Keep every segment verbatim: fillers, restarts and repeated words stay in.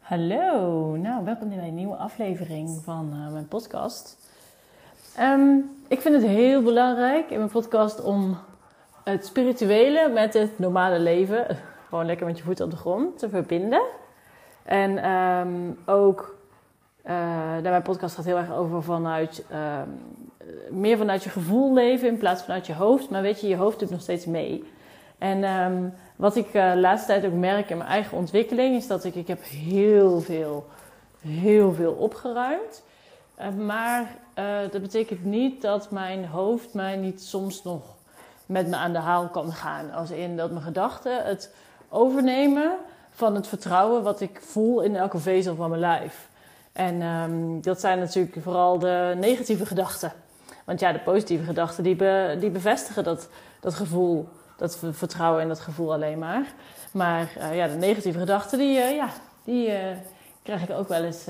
Hallo, nou welkom bij een nieuwe aflevering van uh, mijn podcast. Um, ik vind het heel belangrijk in mijn podcast om het spirituele met het normale leven, gewoon lekker met je voeten op de grond, te verbinden. En um, ook, uh, nou, mijn podcast gaat heel erg over vanuit, uh, meer vanuit je gevoel leven in plaats van vanuit je hoofd. Maar weet je, je hoofd doet nog steeds mee. En um, wat ik uh, de laatste tijd ook merk in mijn eigen ontwikkeling is dat ik, ik heb heel veel, heel veel opgeruimd. Uh, maar uh, dat betekent niet dat mijn hoofd mij niet soms nog met me aan de haal kan gaan. Als in dat mijn gedachten het overnemen van het vertrouwen wat ik voel in elke vezel van mijn lijf. En um, dat zijn natuurlijk vooral de negatieve gedachten. Want ja, de positieve gedachten die, be, die bevestigen dat, dat gevoel. Dat vertrouwen in dat gevoel alleen maar. Maar uh, ja, de negatieve gedachten, die, uh, ja, die uh, krijg ik ook wel eens... Uh,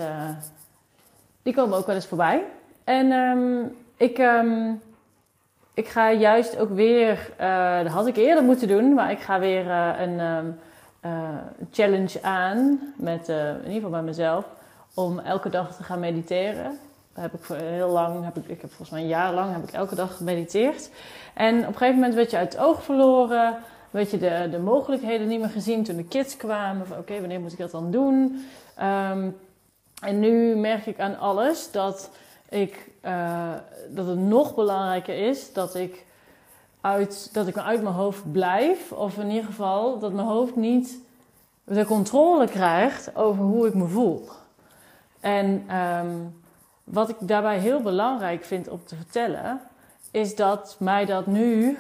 die komen ook wel eens voorbij. En um, ik, um, ik ga juist ook weer... Uh, dat had ik eerder moeten doen. Maar ik ga weer uh, een um, uh, challenge aan. Met, uh, in ieder geval bij mezelf. Om elke dag te gaan mediteren. Dat heb ik voor heel lang, heb ik, ik heb volgens mij een jaar lang heb ik elke dag gemediteerd. En op een gegeven moment werd je uit het oog verloren. Werd je de, de mogelijkheden niet meer gezien toen de kids kwamen. Oké, okay, wanneer moet ik dat dan doen? Um, en nu merk ik aan alles dat, ik, uh, dat het nog belangrijker is dat ik, uit, dat ik me uit mijn hoofd blijf. Of in ieder geval dat mijn hoofd niet de controle krijgt over hoe ik me voel. En... Um, Wat ik daarbij heel belangrijk vind om te vertellen, is dat mij dat nu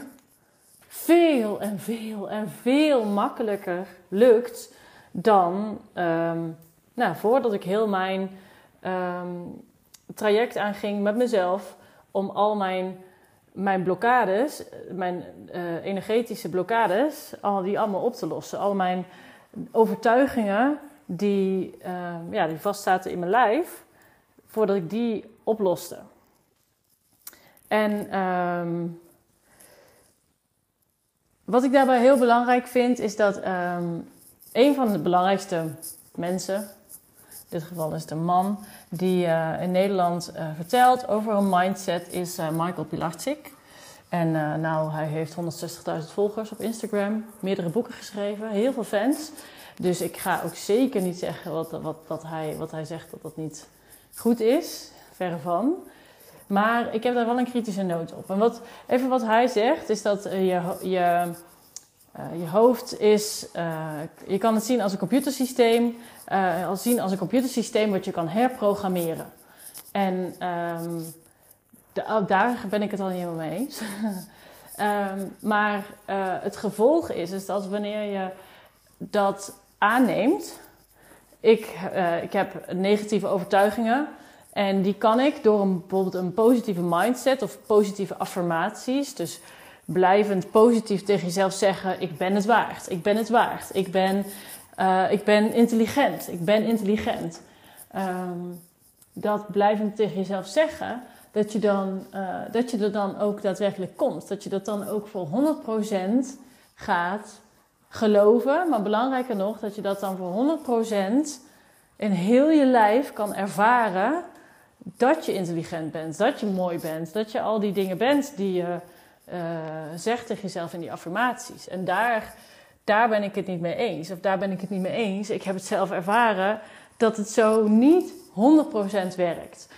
veel en veel en veel makkelijker lukt dan um, nou, voordat ik heel mijn um, traject aanging met mezelf om al mijn, mijn blokkades, mijn uh, energetische blokkades, al die allemaal op te lossen. Al mijn overtuigingen die, uh, ja, die vastzaten in mijn lijf. Voordat ik die oploste. En um, wat ik daarbij heel belangrijk vind, is dat um, een van de belangrijkste mensen, in dit geval is het een man, die uh, in Nederland uh, vertelt over een mindset, is uh, Michael Pilarczyk. En uh, nou, hij heeft honderdzestigduizend volgers op Instagram, meerdere boeken geschreven, heel veel fans. Dus ik ga ook zeker niet zeggen wat, wat, wat, hij, wat hij zegt dat dat niet goed is, verre van. Maar ik heb daar wel een kritische noot op. En wat, even wat hij zegt, is dat uh, je, je, uh, je hoofd is... Uh, je kan het zien als een computersysteem. Uh, als zien als een computersysteem wat je kan herprogrammeren. En um, de, oh, daar ben ik het al niet helemaal mee eens. um, maar uh, het gevolg is, is dat wanneer je dat aanneemt... Ik, uh, ik heb negatieve overtuigingen en die kan ik door een, bijvoorbeeld een positieve mindset of positieve affirmaties, dus blijvend positief tegen jezelf zeggen, ik ben het waard, ik ben het waard, ik ben, uh, ik ben intelligent, ik ben intelligent. Um, dat blijvend tegen jezelf zeggen, dat je, dan, uh, dat je er dan ook daadwerkelijk komt, dat je dat dan ook voor honderd procent gaat geloven, maar belangrijker nog, dat je dat dan voor honderd procent in heel je lijf kan ervaren dat je intelligent bent, dat je mooi bent, dat je al die dingen bent die je uh, zegt tegen jezelf in die affirmaties. En daar, daar ben ik het niet mee eens, of daar ben ik het niet mee eens. Ik heb het zelf ervaren dat het zo niet honderd procent werkt.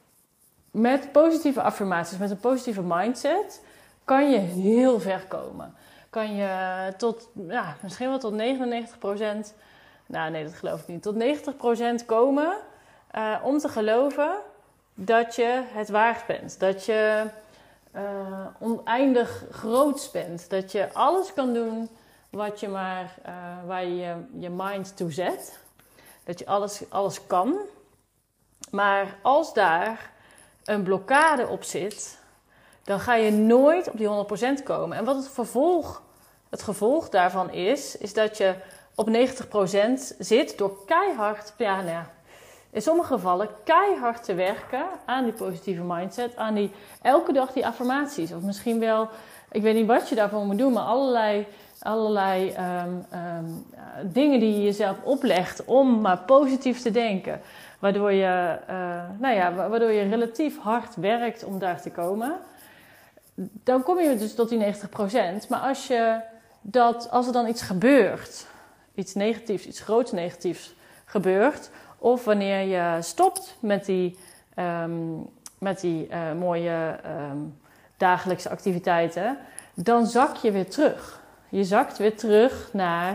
Met positieve affirmaties, met een positieve mindset, kan je heel ver komen. Kan je tot, ja, misschien wel tot negenennegentig procent, nou nee, dat geloof ik niet, tot negentig procent komen uh, om te geloven dat je het waard bent. Dat je uh, oneindig groots bent. Dat je alles kan doen wat je maar, uh, waar je, je je mind toe zet. Dat je alles, alles kan. Maar als daar een blokkade op zit, dan ga je nooit op die honderd procent komen. En wat het vervolg, het gevolg daarvan is, is dat je op negentig procent zit door keihard, ja, nou ja, in sommige gevallen keihard te werken aan die positieve mindset, aan die elke dag die affirmaties. Of misschien wel, ik weet niet wat je daarvoor moet doen, maar allerlei Allerlei um, um, dingen die je jezelf oplegt om maar positief te denken. Waardoor je, uh, nou ja, waardoor je relatief hard werkt om daar te komen. Dan kom je dus tot die negentig procent. Maar als, je dat, als er dan iets gebeurt, iets negatiefs, iets groots negatiefs gebeurt, of wanneer je stopt met die, um, met die uh, mooie um, dagelijkse activiteiten, dan zak je weer terug. Je zakt weer terug naar,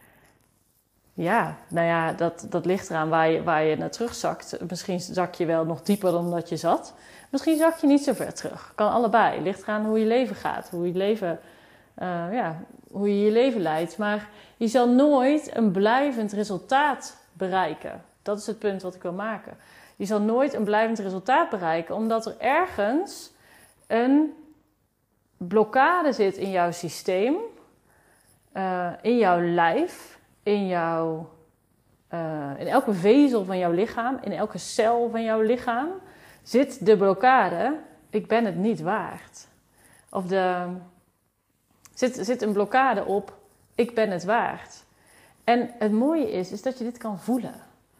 ja, nou ja, dat, dat ligt eraan waar je, waar je naar terug zakt. Misschien zak je wel nog dieper dan dat je zat. Misschien zak je niet zo ver terug. Kan allebei. Ligt eraan hoe je leven gaat, hoe je leven, uh, ja, hoe je je leven leidt. Maar je zal nooit een blijvend resultaat bereiken. Dat is het punt wat ik wil maken. Je zal nooit een blijvend resultaat bereiken, omdat er ergens een blokkade zit in jouw systeem, uh, in jouw lijf, in, jouw, uh, in elke vezel van jouw lichaam, in elke cel van jouw lichaam, zit de blokkade, ik ben het niet waard. Of de, zit, zit een blokkade op, ik ben het waard. En het mooie is, is dat je dit kan voelen.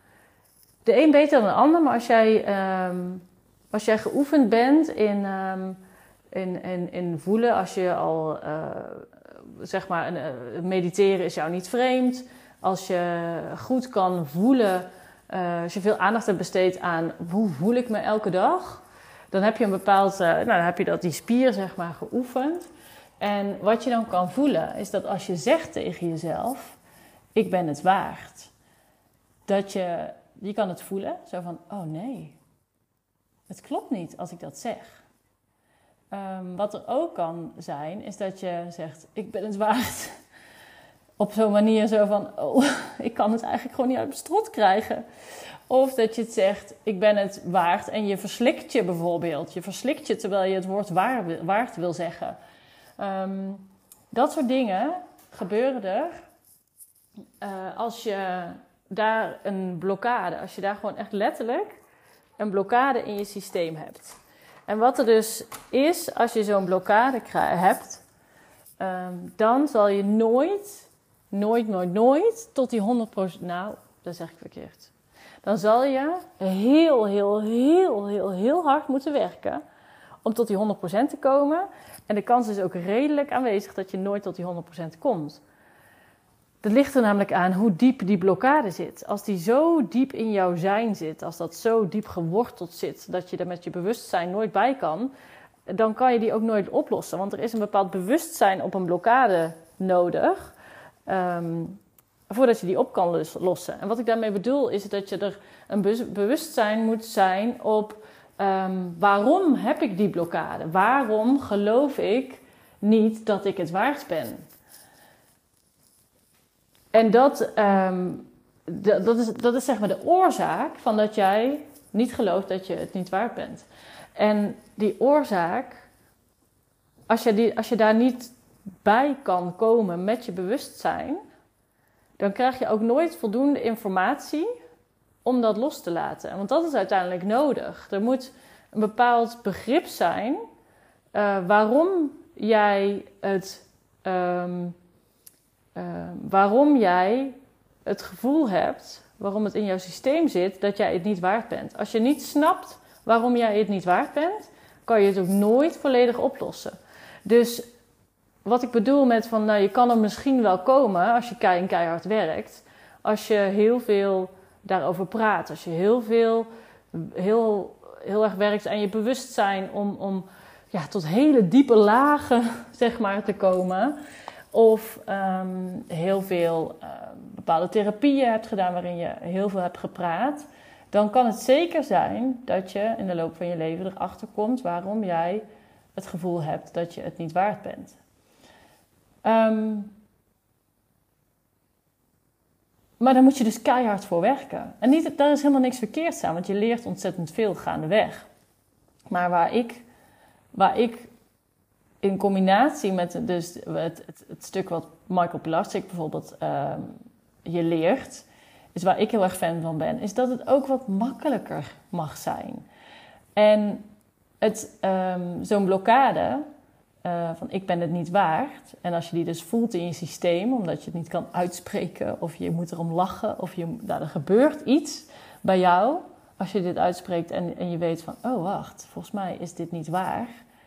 De een beter dan de ander, maar als jij, um, als jij geoefend bent in, um, in, in, in voelen, als je al, uh, zeg maar, uh, mediteren is jou niet vreemd. Als je goed kan voelen, uh, als je veel aandacht hebt besteed aan hoe voel ik me elke dag, dan heb je een bepaald, uh, nou, dan heb je dat, die spier, zeg maar, geoefend. En wat je dan kan voelen, is dat als je zegt tegen jezelf, ik ben het waard, dat je... Je kan het voelen, zo van, oh nee, het klopt niet als ik dat zeg. Um, wat er ook kan zijn, is dat je zegt, ik ben het waard. Op zo'n manier zo van, oh, ik kan het eigenlijk gewoon niet uit mijn strot krijgen. Of dat je het zegt, ik ben het waard en je verslikt je bijvoorbeeld. Je verslikt je terwijl je het woord waar, waard wil zeggen. Um, dat soort dingen gebeuren er uh, als je... daar een blokkade, als je daar gewoon echt letterlijk een blokkade in je systeem hebt. En wat er dus is, als je zo'n blokkade hebt, um, dan zal je nooit, nooit, nooit, nooit tot die honderd procent, nou, dat zeg ik verkeerd. Dan zal je heel, heel, heel, heel, heel hard moeten werken om tot die honderd procent te komen. En de kans is ook redelijk aanwezig dat je nooit tot die honderd procent komt. Dat ligt er namelijk aan hoe diep die blokkade zit. Als die zo diep in jouw zijn zit, als dat zo diep geworteld zit, dat je er met je bewustzijn nooit bij kan, dan kan je die ook nooit oplossen. Want er is een bepaald bewustzijn op een blokkade nodig, um, voordat je die op kan lossen. En wat ik daarmee bedoel, is dat je er een bewustzijn moet zijn op um, waarom heb ik die blokkade? Waarom geloof ik niet dat ik het waard ben? En dat, um, d- dat, is, dat is zeg maar de oorzaak van dat jij niet gelooft dat je het niet waard bent. En die oorzaak, als je, die, als je daar niet bij kan komen met je bewustzijn, dan krijg je ook nooit voldoende informatie om dat los te laten. Want dat is uiteindelijk nodig. Er moet een bepaald begrip zijn uh, waarom jij het... Um, Uh, waarom jij het gevoel hebt, waarom het in jouw systeem zit, dat jij het niet waard bent. Als je niet snapt waarom jij het niet waard bent, kan je het ook nooit volledig oplossen. Dus wat ik bedoel met van, nou, je kan er misschien wel komen als je kei- keihard werkt. Als je heel veel daarover praat. Als je heel veel, heel, heel erg werkt aan je bewustzijn om, om ja, tot hele diepe lagen, zeg maar, te komen. Of um, heel veel uh, bepaalde therapieën hebt gedaan waarin je heel veel hebt gepraat. Dan kan het zeker zijn dat je in de loop van je leven erachter komt waarom jij het gevoel hebt dat je het niet waard bent. Um, maar daar moet je dus keihard voor werken. En niet, daar is helemaal niks verkeerds aan, want je leert ontzettend veel gaandeweg. Maar waar ik... Waar ik in combinatie met dus het, het, het stuk wat Michael Pilarczyk bijvoorbeeld uh, je leert, is waar ik heel erg fan van ben, is dat het ook wat makkelijker mag zijn. En het, um, zo'n blokkade uh, van ik ben het niet waard. En als je die dus voelt in je systeem, omdat je het niet kan uitspreken of je moet erom lachen of je, nou, er gebeurt iets bij jou als je dit uitspreekt en, en je weet van, oh wacht, volgens mij is dit niet waar.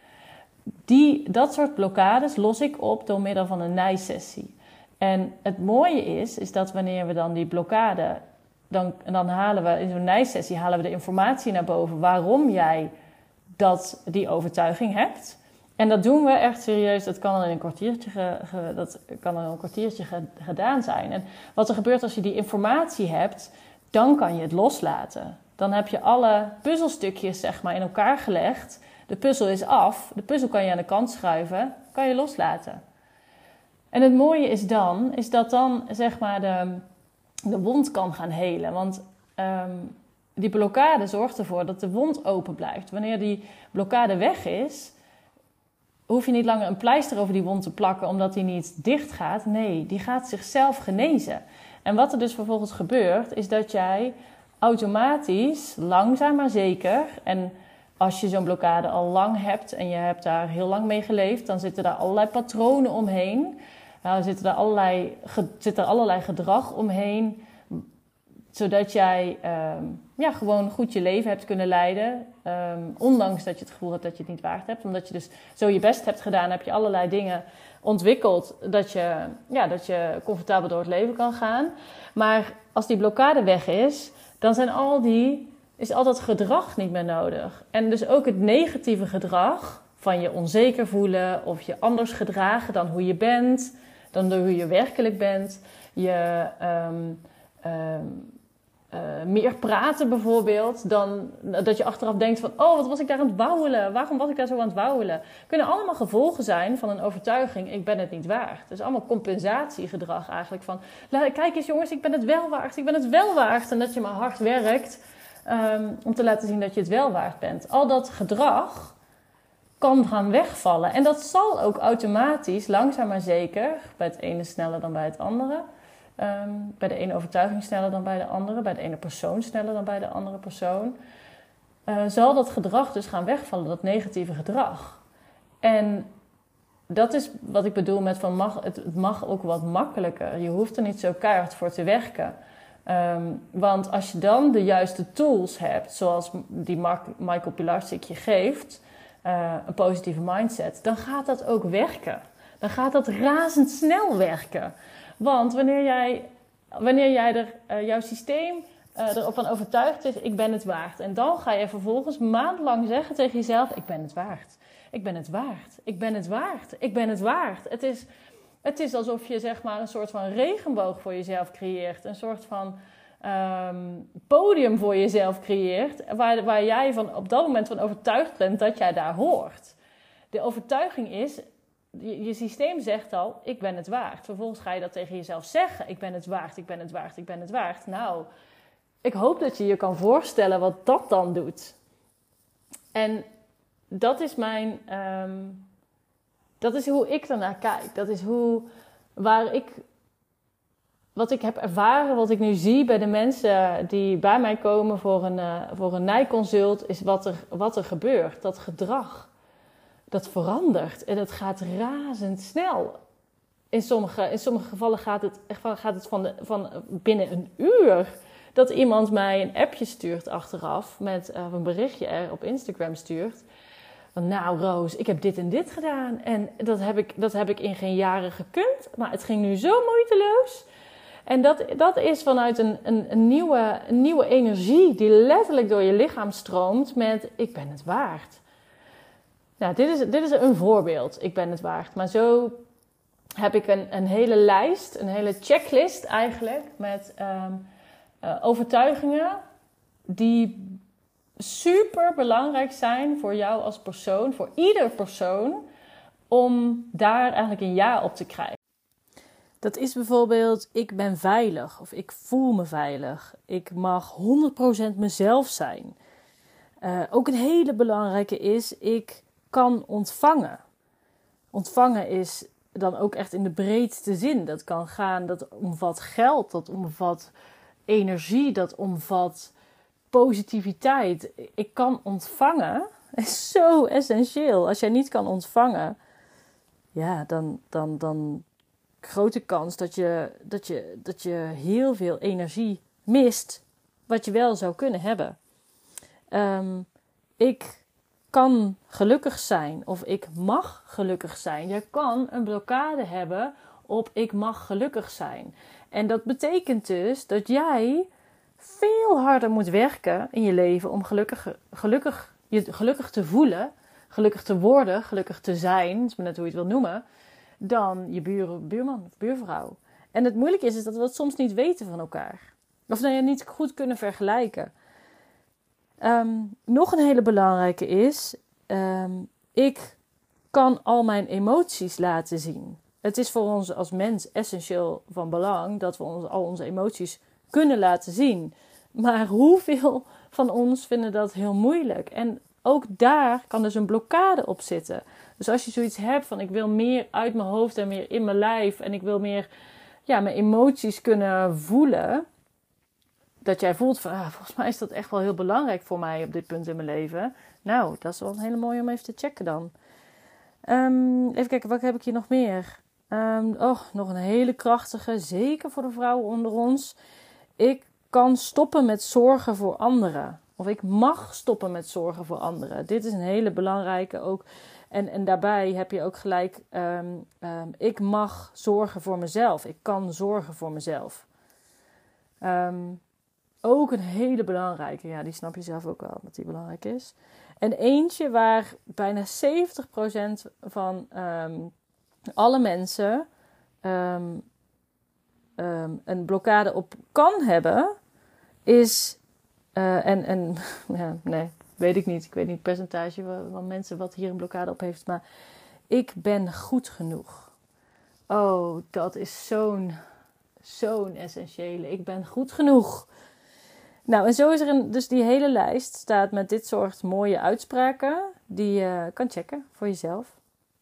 Die, dat soort blokkades los ik op door middel van een nijsessie. En het mooie is, is dat wanneer we dan die blokkade, dan, dan halen we in zo'n nijsessie halen we de informatie naar boven waarom jij dat, die overtuiging hebt. En dat doen we echt serieus. Dat kan dan in een kwartiertje, ge, ge, dat kan dan in een kwartiertje ge, gedaan zijn. En wat er gebeurt als je die informatie hebt, dan kan je het loslaten. Dan heb je alle puzzelstukjes zeg maar in elkaar gelegd. De puzzel is af. De puzzel kan je aan de kant schuiven. Kan je loslaten. En het mooie is dan, is dat dan zeg maar de, de wond kan gaan helen. Want um, die blokkade zorgt ervoor dat de wond open blijft. Wanneer die blokkade weg is, hoef je niet langer een pleister over die wond te plakken omdat die niet dicht gaat. Nee, die gaat zichzelf genezen. En wat er dus vervolgens gebeurt, is dat jij automatisch, langzaam maar zeker, en als je zo'n blokkade al lang hebt en je hebt daar heel lang mee geleefd, dan zitten daar allerlei patronen omheen. Nou, zitten er allerlei, zit er allerlei gedrag omheen, zodat jij um, ja, gewoon goed je leven hebt kunnen leiden. Um, ondanks dat je het gevoel hebt dat je het niet waard hebt. Omdat je dus zo je best hebt gedaan, heb je allerlei dingen ontwikkeld dat je, ja, dat je comfortabel door het leven kan gaan. Maar als die blokkade weg is, dan zijn al die, is al dat gedrag niet meer nodig. En dus ook het negatieve gedrag van je onzeker voelen of je anders gedragen dan hoe je bent, dan door hoe je werkelijk bent. Je um, um, uh, meer praten bijvoorbeeld, dan dat je achteraf denkt van, oh, wat was ik daar aan het wauwelen? Waarom was ik daar zo aan het wauwelen? Kunnen allemaal gevolgen zijn van een overtuiging, ik ben het niet waard. Het is allemaal compensatiegedrag eigenlijk van, kijk eens jongens, ik ben het wel waard, ik ben het wel waard. En dat je maar hard werkt um, om te laten zien dat je het wel waard bent. Al dat gedrag kan gaan wegvallen. En dat zal ook automatisch, langzaam maar zeker, bij het ene sneller dan bij het andere. Um, bij de ene overtuiging sneller dan bij de andere. Bij de ene persoon sneller dan bij de andere persoon. Uh, zal dat gedrag dus gaan wegvallen, dat negatieve gedrag. En dat is wat ik bedoel met van mag, het, het mag ook wat makkelijker. Je hoeft er niet zo keihard voor te werken. Um, want als je dan de juiste tools hebt, zoals die Mark, Michael Pilarczyk je geeft, Uh, een positieve mindset, dan gaat dat ook werken. Dan gaat dat razendsnel werken. Want wanneer jij, wanneer jij er, uh, jouw systeem uh, erop van overtuigd is, ik ben het waard. En dan ga je vervolgens maandenlang zeggen tegen jezelf, ik ben het waard. Ik ben het waard. Ik ben het waard. Ik ben het waard. Het is, het is alsof je zeg maar een soort van regenboog voor jezelf creëert. Een soort van Um, podium voor jezelf creëert, waar, waar jij van op dat moment van overtuigd bent dat jij daar hoort. De overtuiging is, je, je systeem zegt al, ik ben het waard. Vervolgens ga je dat tegen jezelf zeggen, ik ben het waard, ik ben het waard, ik ben het waard. Nou, ik hoop dat je je kan voorstellen wat dat dan doet. En dat is mijn, um, dat is hoe ik ernaar kijk. Dat is hoe, waar ik wat ik heb ervaren, wat ik nu zie bij de mensen die bij mij komen voor een, uh, voor een nijconsult, is wat er, wat er gebeurt. Dat gedrag, dat verandert en het gaat razendsnel. In sommige, in sommige gevallen gaat het, gaat het van, de, van binnen een uur dat iemand mij een appje stuurt achteraf, met uh, een berichtje er op Instagram stuurt. Van, nou Roos, ik heb dit en dit gedaan en dat heb ik, dat heb ik in geen jaren gekund, maar het ging nu zo moeiteloos. En dat, dat is vanuit een, een, een, nieuwe, een nieuwe energie die letterlijk door je lichaam stroomt met ik ben het waard. Nou, dit is, dit is een voorbeeld, ik ben het waard. Maar zo heb ik een, een hele lijst, een hele checklist eigenlijk met um, uh, overtuigingen die super belangrijk zijn voor jou als persoon, voor ieder persoon, om daar eigenlijk een ja op te krijgen. Dat is bijvoorbeeld, ik ben veilig of ik voel me veilig. Ik mag honderd procent mezelf zijn. Uh, ook een hele belangrijke is, ik kan ontvangen. Ontvangen is dan ook echt in de breedste zin. Dat kan gaan, dat omvat geld, dat omvat energie, dat omvat positiviteit. Ik kan ontvangen, is zo essentieel. Als jij niet kan ontvangen, ja, dan, dan, dan grote kans dat je, dat, je, dat je heel veel energie mist, wat je wel zou kunnen hebben. Um, ik kan gelukkig zijn of ik mag gelukkig zijn. Je kan een blokkade hebben op ik mag gelukkig zijn. En dat betekent dus dat jij veel harder moet werken in je leven om gelukkig, gelukkig, je gelukkig te voelen, gelukkig te worden, gelukkig te zijn, dat is maar net hoe je het wil noemen, dan je buur, buurman of buurvrouw. En het moeilijke is, is dat we dat soms niet weten van elkaar. Of dat je niet goed kunnen vergelijken. Um, nog een hele belangrijke is, um, ik kan al mijn emoties laten zien. Het is voor ons als mens essentieel van belang dat we ons, al onze emoties kunnen laten zien. Maar hoeveel van ons vinden dat heel moeilijk? En ook daar kan dus een blokkade op zitten. Dus als je zoiets hebt van ik wil meer uit mijn hoofd en meer in mijn lijf en ik wil meer ja, mijn emoties kunnen voelen. Dat jij voelt van ah, volgens mij is dat echt wel heel belangrijk voor mij op dit punt in mijn leven. Nou, dat is wel een hele mooie om even te checken dan. Um, even kijken, wat heb ik hier nog meer? Um, oh, nog een hele krachtige, zeker voor de vrouwen onder ons. Ik kan stoppen met zorgen voor anderen. Of ik mag stoppen met zorgen voor anderen. Dit is een hele belangrijke ook. En, en daarbij heb je ook gelijk, um, um, ik mag zorgen voor mezelf. Ik kan zorgen voor mezelf. Um, ook een hele belangrijke. Ja, die snap je zelf ook wel, dat die belangrijk is. En eentje waar bijna zeventig procent van um, alle mensen um, um, een blokkade op kan hebben, is, uh, en, en ja, nee, weet ik niet. Ik weet niet het percentage van mensen wat hier een blokkade op heeft, maar ik ben goed genoeg. Oh, dat is zo'n, zo'n essentiële. Ik ben goed genoeg. Nou, en zo is er een, dus die hele lijst staat met dit soort mooie uitspraken die je kan checken voor jezelf.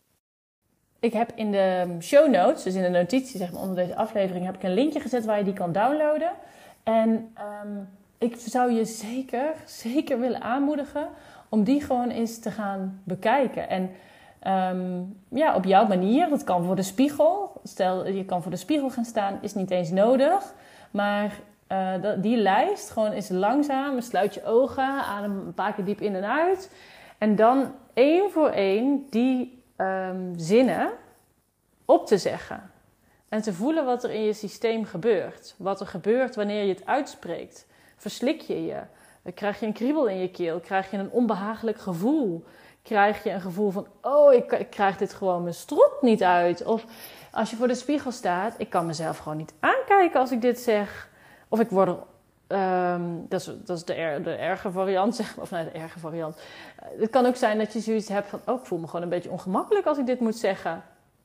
Ik heb in de show notes, dus in de notitie zeg maar, onder deze aflevering, heb ik een linkje gezet waar je die kan downloaden. En um, ik zou je zeker, zeker willen aanmoedigen om die gewoon eens te gaan bekijken. En um, ja, op jouw manier, dat kan voor de spiegel. Stel, je kan voor de spiegel gaan staan, is niet eens nodig. Maar uh, die lijst, gewoon eens langzaam, sluit je ogen, adem een paar keer diep in en uit. En dan één voor één die Um, zinnen op te zeggen. En te voelen wat er in je systeem gebeurt. Wat er gebeurt wanneer je het uitspreekt. Verslik je je? Krijg je een kriebel in je keel? Krijg je een onbehagelijk gevoel? Krijg je een gevoel van, oh, ik, ik krijg dit gewoon mijn strot niet uit? Of als je voor de spiegel staat, ik kan mezelf gewoon niet aankijken als ik dit zeg. Of ik word er Um, dat is, dat is de, er, de erge variant, zeg maar. Of nee, de erge variant. Uh, het kan ook zijn dat je zoiets hebt van, oh, ik voel me gewoon een beetje ongemakkelijk als ik dit moet zeggen.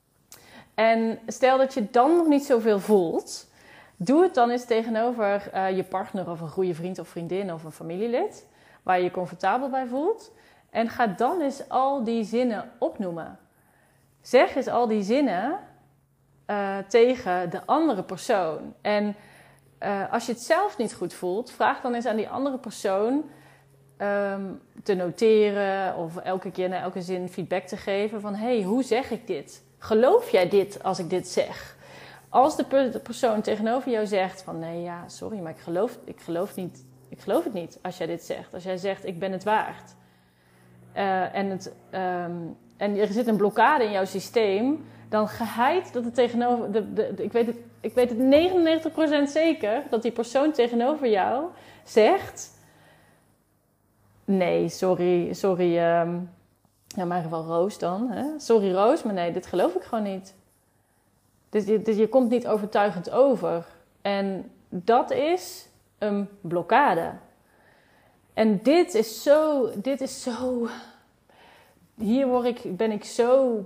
En stel dat je dan nog niet zoveel voelt, doe het dan eens tegenover uh, je partner of een goede vriend of vriendin of een familielid, waar je je comfortabel bij voelt. En ga dan eens al die zinnen opnoemen. Zeg eens al die zinnen uh, tegen de andere persoon. En Uh, als je het zelf niet goed voelt, vraag dan eens aan die andere persoon um, te noteren of elke keer na elke zin feedback te geven van hey, hoe zeg ik dit? Geloof jij dit als ik dit zeg? Als de, per- de persoon tegenover jou zegt van nee, ja, sorry, maar ik geloof, ik geloof niet, ik geloof het niet als jij dit zegt. Als jij zegt ik ben het waard. Uh, en, het, um, en er zit een blokkade in jouw systeem, dan geheid dat het tegenover, de, de, de, ik weet het, ik weet het negenennegentig procent zeker, dat die persoon tegenover jou zegt, nee, sorry, sorry, um, in mijn geval Roos dan, hè? Sorry Roos, maar nee, dit geloof ik gewoon niet. Dus je, dus je komt niet overtuigend over. En dat is een blokkade. En dit is zo, dit is zo, hier word ik, ben ik zo,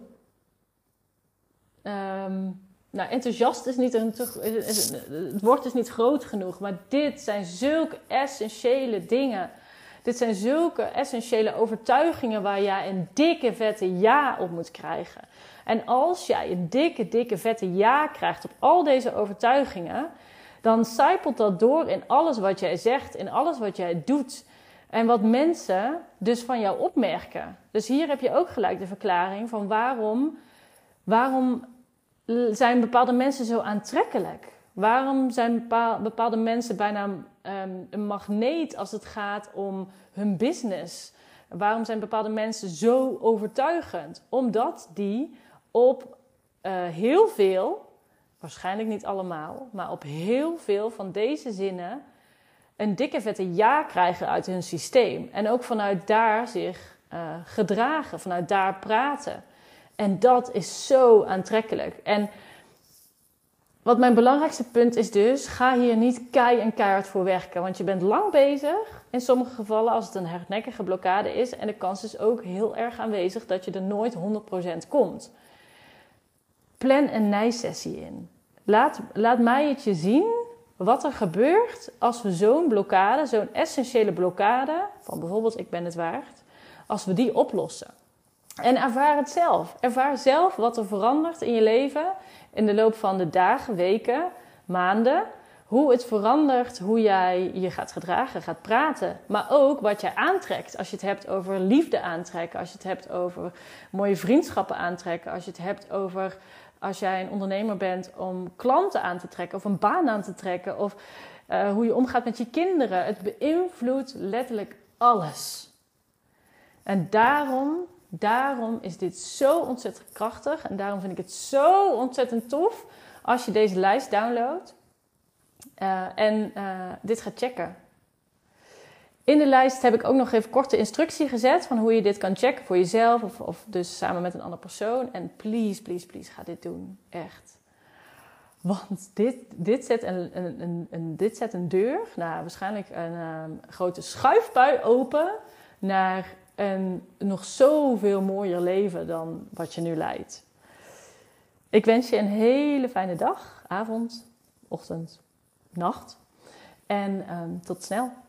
um, nou enthousiast is niet een, het woord is niet groot genoeg, maar dit zijn zulke essentiële dingen. Dit zijn zulke essentiële overtuigingen waar jij een dikke vette ja op moet krijgen. En als jij een dikke, dikke vette ja krijgt op al deze overtuigingen, dan zijpelt dat door in alles wat jij zegt, in alles wat jij doet. En wat mensen dus van jou opmerken. Dus hier heb je ook gelijk de verklaring van waarom, Waarom zijn bepaalde mensen zo aantrekkelijk? Waarom zijn bepaalde mensen bijna um, een magneet als het gaat om hun business? Waarom zijn bepaalde mensen zo overtuigend? Omdat die op uh, heel veel, waarschijnlijk niet allemaal, maar op heel veel van deze zinnen een dikke vette ja krijgen uit hun systeem. En ook vanuit daar zich uh, gedragen, vanuit daar praten. En dat is zo aantrekkelijk. En wat mijn belangrijkste punt is dus, ga hier niet kei en keihard voor werken. Want je bent lang bezig, in sommige gevallen als het een hardnekkige blokkade is. En de kans is ook heel erg aanwezig dat je er nooit honderd procent komt. Plan een nijsessie in. Laat, laat mij het je zien wat er gebeurt als we zo'n blokkade, zo'n essentiële blokkade, van bijvoorbeeld ik ben het waard, als we die oplossen. En ervaar het zelf. Ervaar zelf wat er verandert in je leven in de loop van de dagen, weken, maanden. Hoe het verandert, hoe jij je gaat gedragen, gaat praten. Maar ook wat jij aantrekt. Als je het hebt over liefde aantrekken. Als je het hebt over mooie vriendschappen aantrekken. Als je het hebt over, als jij een ondernemer bent, om klanten aan te trekken. Of een baan aan te trekken. Of uh, hoe je omgaat met je kinderen. Het beïnvloedt letterlijk alles. En daarom... Daarom is dit zo ontzettend krachtig en daarom vind ik het zo ontzettend tof als je deze lijst downloadt uh, en uh, dit gaat checken. In de lijst heb ik ook nog even korte instructie gezet van hoe je dit kan checken voor jezelf of, of dus samen met een andere persoon. En please, please, please, ga dit doen. Echt. Want dit, dit, zet een, een, een, een, dit zet een deur, nou, waarschijnlijk een um, grote schuifbui open naar een nog zoveel mooier leven dan wat je nu leidt. Ik wens je een hele fijne dag, avond, ochtend, nacht. En um, tot snel.